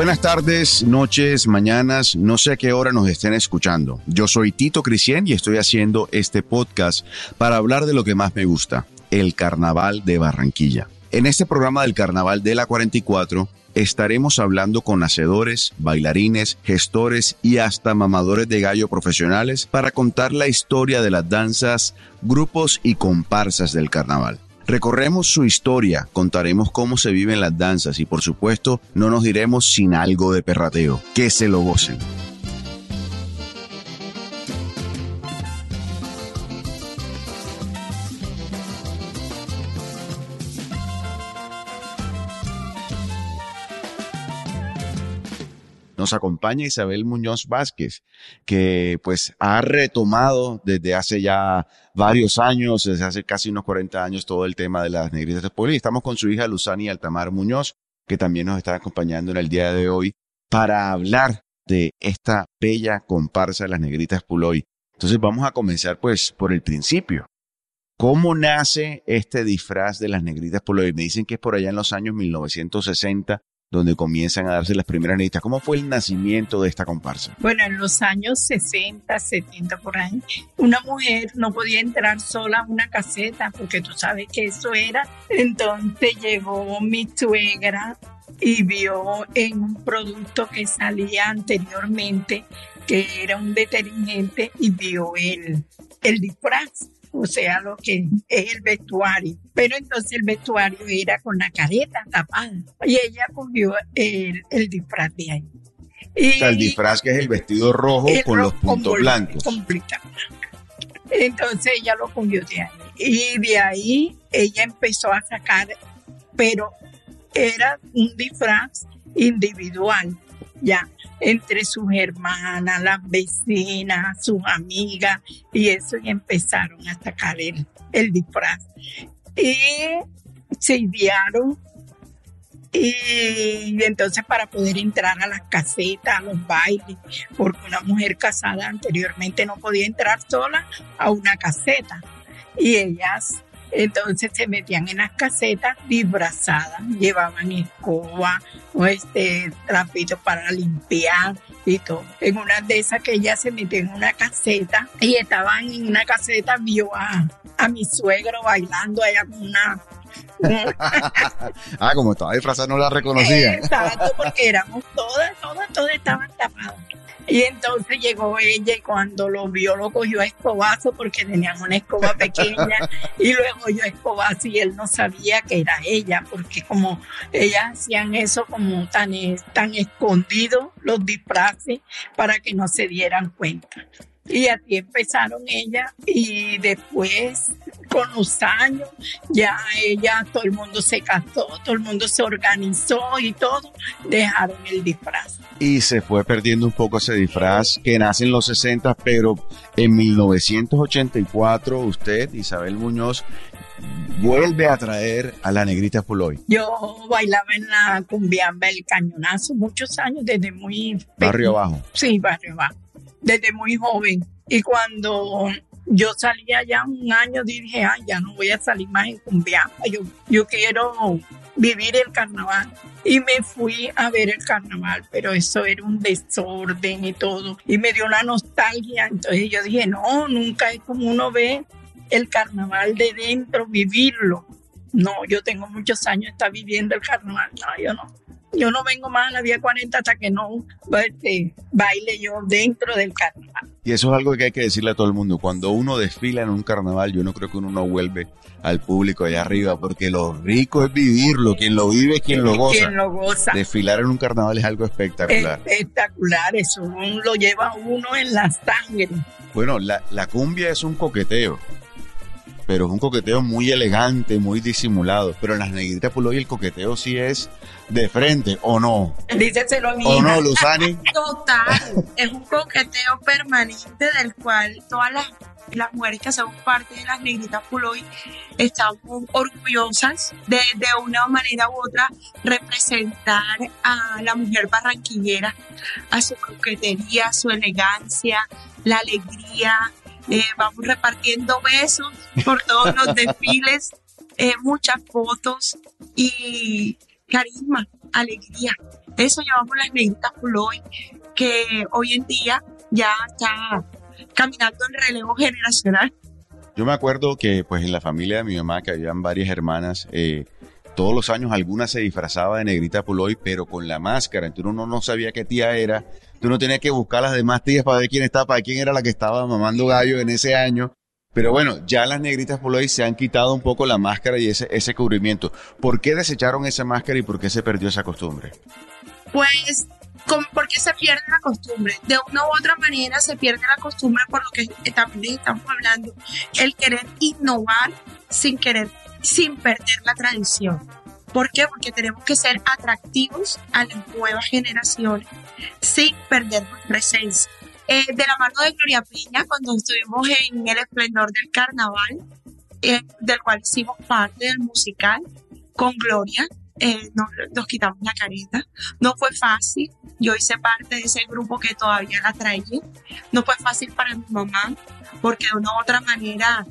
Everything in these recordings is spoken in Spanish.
Buenas tardes, noches, mañanas, no sé a qué hora nos estén escuchando. Yo soy Tito Cristian y estoy haciendo este podcast para hablar de lo que más me gusta, el Carnaval de Barranquilla. En este programa del Carnaval de la 44 estaremos hablando con hacedores, bailarines, gestores y hasta mamadores de gallo profesionales para contar la historia de las danzas, grupos y comparsas del carnaval. Recorremos su historia, contaremos cómo se viven las danzas y por supuesto no nos diremos sin algo de perrateo. Que se lo gocen. Nos acompaña Isabel Muñoz Vázquez, que pues ha retomado desde hace ya varios años, desde hace casi unos 40 años, todo el tema de las negritas de pueblo. Y estamos con su hija Luzani Altamar Muñoz, que también nos está acompañando en el día de hoy para hablar de esta bella comparsa de las negritas Puloy. Entonces vamos a comenzar pues por el principio. ¿Cómo nace este disfraz de las negritas Puloy? Me dicen que es por allá en los años 1960, donde comienzan a darse las primeras negritas. ¿Cómo fue el nacimiento de esta comparsa? Bueno, en los años 60, 70 por ahí, una mujer no podía entrar sola a una caseta, porque tú sabes que eso era. Entonces llegó mi suegra y vio en un producto que salía anteriormente, que era un detergente, y vio el disfraz. O sea, lo que es el vestuario. Pero entonces el vestuario era con la careta tapada. Y ella cogió el disfraz de ahí. O sea, el disfraz que es el vestido rojo con los puntos blancos. Completamente. Entonces ella lo cogió de ahí. Y de ahí ella empezó a sacar, pero era un disfraz individual, ya. Entre sus hermanas, las vecinas, sus amigas, y eso, y empezaron a sacar el disfraz. Y se idearon, y entonces para poder entrar a las casetas, a los bailes, porque una mujer casada anteriormente no podía entrar sola a una caseta, y ellas entonces se metían en las casetas disfrazadas, llevaban escoba o trapitos para limpiar y todo. En una de esas que ella se metió en una caseta y estaban en una caseta, vio a mi suegro bailando allá con una... Como estaba disfrazada no la reconocía. Exacto, porque éramos todas estaban tapadas. Y entonces llegó ella y cuando lo vio lo cogió a escobazo porque tenían una escoba pequeña y luego yo escobazo y él no sabía que era ella porque como ellas hacían eso como tan escondido los disfraces para que no se dieran cuenta. Y así empezaron ellas y después con los años ya todo el mundo se casó, todo el mundo se organizó y todo, dejaron el disfraz. Y se fue perdiendo un poco ese disfraz que nace en los 60, pero en 1984 usted, Isabel Muñoz, vuelve a traer a la negrita Puloy. Yo bailaba en la cumbiamba El Cañonazo muchos años, desde muy... Barrio Abajo. Sí, Barrio Abajo. Desde muy joven. Y cuando yo salía ya un año, dije, ya no voy a salir más en cumbiamba. Yo quiero vivir el carnaval. Y me fui a ver el carnaval, pero eso era un desorden y todo. Y me dio una nostalgia. Entonces yo dije, no, nunca es como uno ve el carnaval de dentro, vivirlo. No, yo tengo muchos años de estar viviendo el carnaval. No, yo no. Yo no vengo más a la Vía 40 hasta que no baile yo dentro del carnaval. Y eso es algo que hay que decirle a todo el mundo. Cuando uno desfila en un carnaval, yo no creo que uno no vuelve al público allá arriba, porque lo rico es vivirlo. Quien lo vive es quien lo goza. Quien lo goza. Desfilar en un carnaval es algo espectacular. Espectacular, eso lo lleva uno en la sangre. Bueno, la cumbia es un coqueteo. Pero es un coqueteo muy elegante, muy disimulado. Pero en las negritas Puloy el coqueteo sí es de frente, ¿o no? Díselo a mi hija. ¿O no, Luzani? Total, es un coqueteo permanente del cual todas las mujeres que hacemos parte de las negritas Puloy estamos orgullosas de una manera u otra representar a la mujer barranquillera, a su coquetería, a su elegancia, la alegría. Vamos repartiendo besos por todos los desfiles, muchas fotos y carisma, alegría. Eso llevamos las negritas Puloy, que hoy en día ya está caminando en relevo generacional. Yo me acuerdo que pues en la familia de mi mamá, que habían varias hermanas, todos los años alguna se disfrazaba de negrita Puloy, pero con la máscara. Entonces uno no sabía qué tía era. Tú no tenías que buscar las demás tías para ver quién era la que estaba mamando gallo en ese año. Pero bueno, ya las negritas Puloy se han quitado un poco la máscara y ese cubrimiento. ¿Por qué desecharon esa máscara y por qué se perdió esa costumbre? Pues, porque se pierde la costumbre. De una u otra manera se pierde la costumbre por lo que también estamos hablando. El querer innovar sin perder la tradición. ¿Por qué? Porque tenemos que ser atractivos a las nuevas generaciones sin perder nuestra esencia. De la mano de Gloria Piña, cuando estuvimos en el esplendor del carnaval, del cual hicimos parte del musical con Gloria, nos quitamos la careta. No fue fácil. Yo hice parte de ese grupo que todavía la traía. No fue fácil para mi mamá, porque de una u otra manera,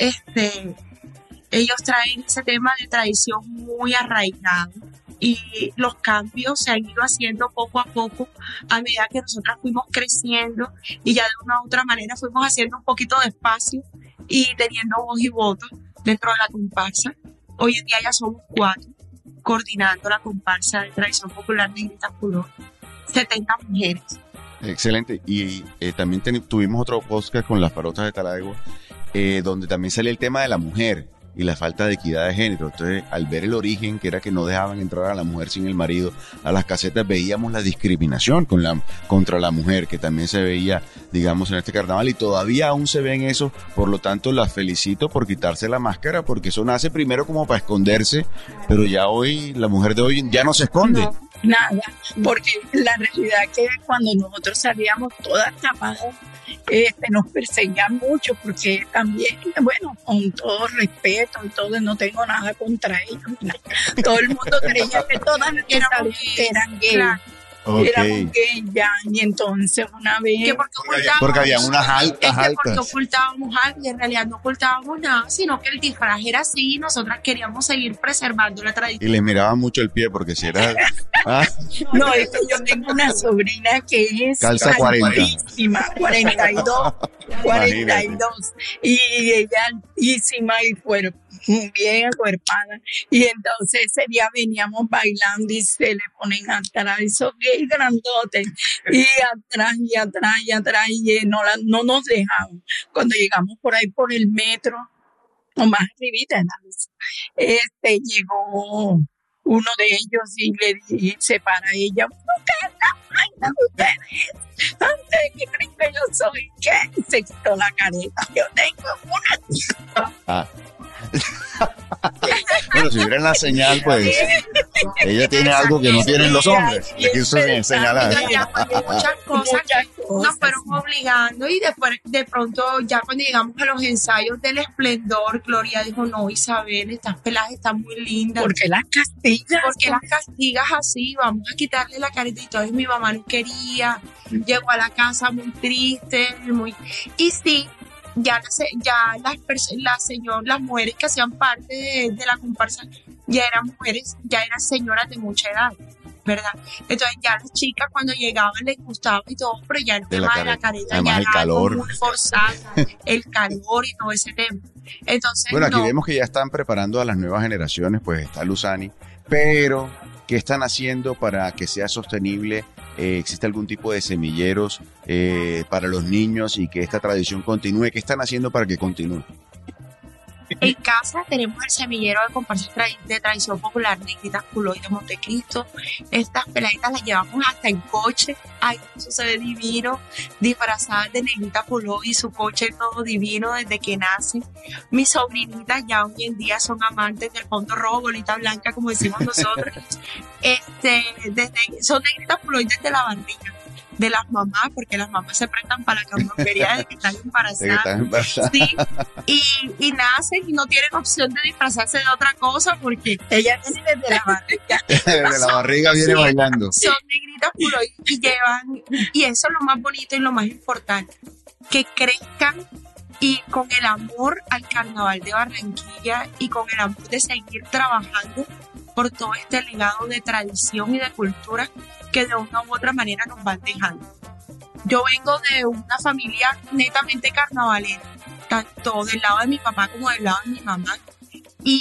ellos traen ese tema de tradición muy arraigado y los cambios se han ido haciendo poco a poco a medida que nosotras fuimos creciendo y ya de una u otra manera fuimos haciendo un poquito de espacio y teniendo voz y voto dentro de la comparsa. Hoy en día ya somos 4 coordinando la comparsa de tradición popular Negrita Puloy, 70 mujeres. Excelente. Y también tuvimos otro podcast con las parotas de Talagua, donde también salía el tema de la mujer y la falta de equidad de género. Entonces, al ver el origen, que era que no dejaban entrar a la mujer sin el marido a las casetas, veíamos la discriminación contra la mujer, que también se veía, digamos, en este carnaval, y todavía aún se ve en eso. Por lo tanto, las felicito por quitarse la máscara, porque eso nace primero como para esconderse, pero ya hoy, la mujer de hoy ya no se esconde. No, nada, porque la realidad es que cuando nosotros salíamos todas tapadas, nos perseguían mucho, porque también, bueno, con todo respeto y todo, no tengo nada contra ellos. Todo el mundo creía que todas las que salían eran gays. Claro. Okay. Éramos gays ya, y entonces una vez... Porque había unas altas. Porque ocultábamos algo y en realidad no ocultábamos nada, sino que el disfraz era así y nosotras queríamos seguir preservando la tradición. Y les miraban mucho el pie, porque si era... No, es que yo tengo una sobrina que es... Calza 40. 42. Y ella altísima y bien acuerpada. Y entonces ese día veníamos bailando y se le ponen atrás esos gays grandotes. Y atrás, y no nos dejaban. Cuando llegamos por ahí por el metro, o más arribita, llegó uno de ellos y le se para ella, ustedes, antes de que creen que yo soy gay, se quitó la careta. Yo tengo una... Bueno, si vieran la señal, pues ella tiene algo que no tienen los hombres. Le quiso señalar. Muchas cosas nos fueron obligando y después, de pronto, ya cuando llegamos a los ensayos del esplendor, Gloria dijo, no, Isabel, estas peladas están muy lindas. ¿Por qué las castigas? Porque las castigas así, vamos a quitarle la careta. Y entonces mi mamá no quería, llegó a la casa muy triste, y sí, ya las mujeres que hacían parte de la comparsa ya eran mujeres, ya eran señoras de mucha edad, ¿verdad? Entonces ya las chicas cuando llegaban les gustaba y todo, pero ya el tema de la careta además ya el era calor. algo muy forzado, el calor y todo ese tema. Entonces, bueno, aquí vemos que ya están preparando a las nuevas generaciones, pues está Luzani, pero ¿qué están haciendo para que sea sostenible? ¿Existe algún tipo de semilleros para los niños y que esta tradición continúe? ¿Qué están haciendo para que continúe? En casa tenemos el semillero de comparsa de tradición popular Negrita Puloy de Montecristo. Estas peladitas las llevamos hasta en coche. Ay, eso se ve divino, disfrazadas de Negrita Puloy y su coche todo divino desde que nacen. Mis sobrinitas ya hoy en día son amantes del fondo rojo, bolita blanca, como decimos nosotros. Son Negrita Puloy desde la barriga de las mamás, porque las mamás se prestan para la camioncería de que están embarazadas. Sí, y nacen y no tienen opción de disfrazarse de otra cosa porque ella viene desde la barriga. Desde la barriga viene bailando. Son negritas Puloy y llevan, y eso es lo más bonito y lo más importante, que crezcan y con el amor al carnaval de Barranquilla y con el amor de seguir trabajando por todo este legado de tradición y de cultura que de una u otra manera nos van dejando. Yo vengo de una familia netamente carnavalera, tanto del lado de mi papá como del lado de mi mamá, y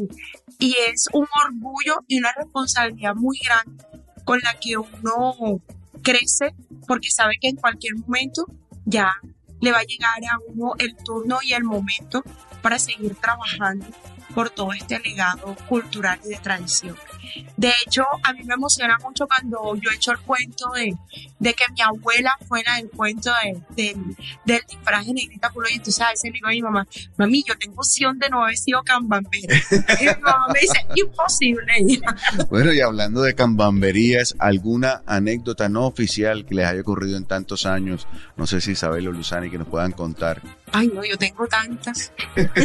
es un orgullo y una responsabilidad muy grande con la que uno crece, porque sabe que en cualquier momento ya le va a llegar a uno el turno y el momento para seguir trabajando por todo este legado cultural y de tradición. De hecho, a mí me emociona mucho cuando yo echo el cuento de que mi abuela fuera el cuento del disfraz de Negrita Puloy. Entonces a veces le digo a mi mamá, mami, yo tengo opción de no haber sido cambambera. Y mi mamá me dice, imposible. Bueno, y hablando de cambamberías, ¿alguna anécdota no oficial que les haya ocurrido en tantos años? No sé si Isabel o Luzani que nos puedan contar. Ay, no, yo tengo tantas.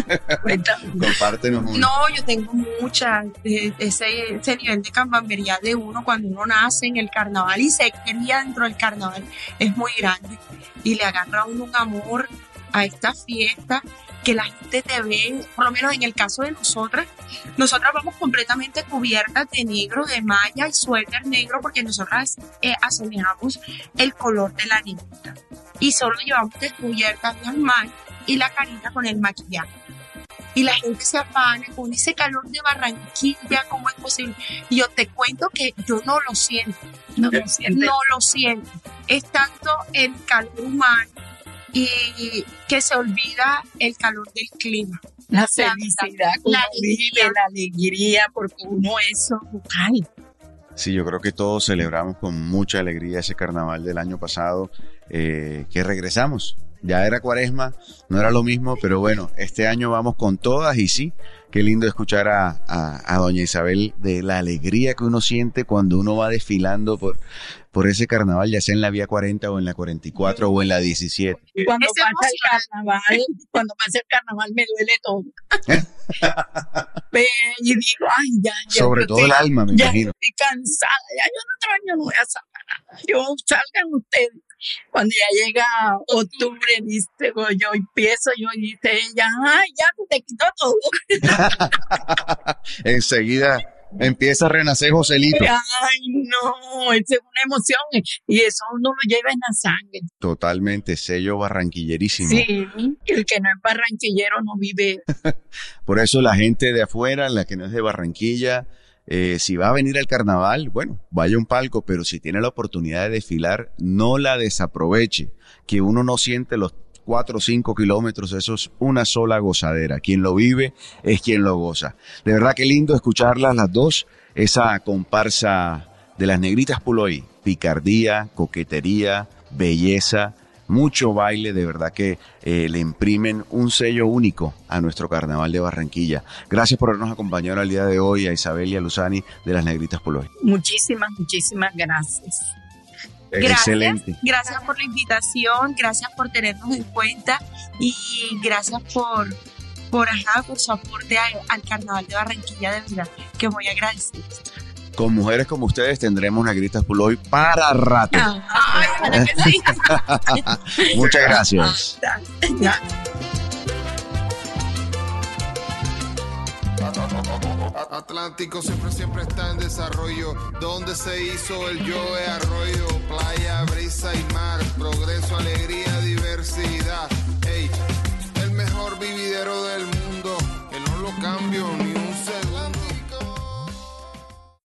Compártenos una. No, yo tengo muchas. Ese nivel de cambambería de uno cuando uno nace en el carnaval y se cría dentro del carnaval es muy grande. Y le agarra a uno un amor a esta fiesta que la gente te ve, por lo menos en el caso de nosotras vamos completamente cubiertas de negro, de malla y suéter negro, porque nosotras asemejamos el color de la negrita. Y solo llevamos descubiertas las manos y la carita con el maquillaje. Y la gente se afana con ese calor de Barranquilla, ¿cómo es posible? Y yo te cuento que yo no lo siento. No lo siento. Es tanto el calor humano y que se olvida el calor del clima. La felicidad, la alegría, porque uno es local. Sí, yo creo que todos celebramos con mucha alegría ese carnaval del año pasado, que regresamos. Ya era Cuaresma, no era lo mismo, pero bueno, este año vamos con todas y sí, qué lindo escuchar a doña Isabel de la alegría que uno siente cuando uno va desfilando por ese carnaval, ya sea en la vía 40 o en la 44 o en la 17. Cuando pasa el carnaval me duele todo. Y digo, ay, ya. Sobre todo el alma, me imagino. Estoy cansada, ya yo en otro año no voy a sacar nada. Salgan ustedes. Cuando ya llega octubre, dice yo empiezo, y dice ella, ay, ya te quitó todo. Enseguida empieza a renacer Joselito. Ay, no, es una emoción y eso uno lo lleva en la sangre. Totalmente, sello barranquillerísimo. Sí, el que no es barranquillero no vive. Por eso la gente de afuera, la que no es de Barranquilla, si va a venir al carnaval, bueno, vaya a un palco, pero si tiene la oportunidad de desfilar, no la desaproveche, que uno no siente los 4 o 5 kilómetros, eso es una sola gozadera. Quien lo vive es quien lo goza. De verdad que lindo escucharlas las dos, esa comparsa de las Negritas Puloy, picardía, coquetería, belleza, mucho baile, de verdad que le imprimen un sello único a nuestro carnaval de Barranquilla. Gracias por habernos acompañado el día de hoy a Isabel y a Luzani de las Negritas Puloy. Muchísimas gracias. Excelente. Gracias por la invitación, gracias por tenernos en cuenta y gracias por su aporte al Carnaval de Barranquilla, de verdad, que muy agradecida. Con mujeres como ustedes tendremos Negritas Puloy para rato. Ay, ojalá que sí. Muchas gracias. Atlántico siempre está en desarrollo. Donde se hizo el Joe Arroyo, playa, brisa y mar, progreso, alegría, diversidad.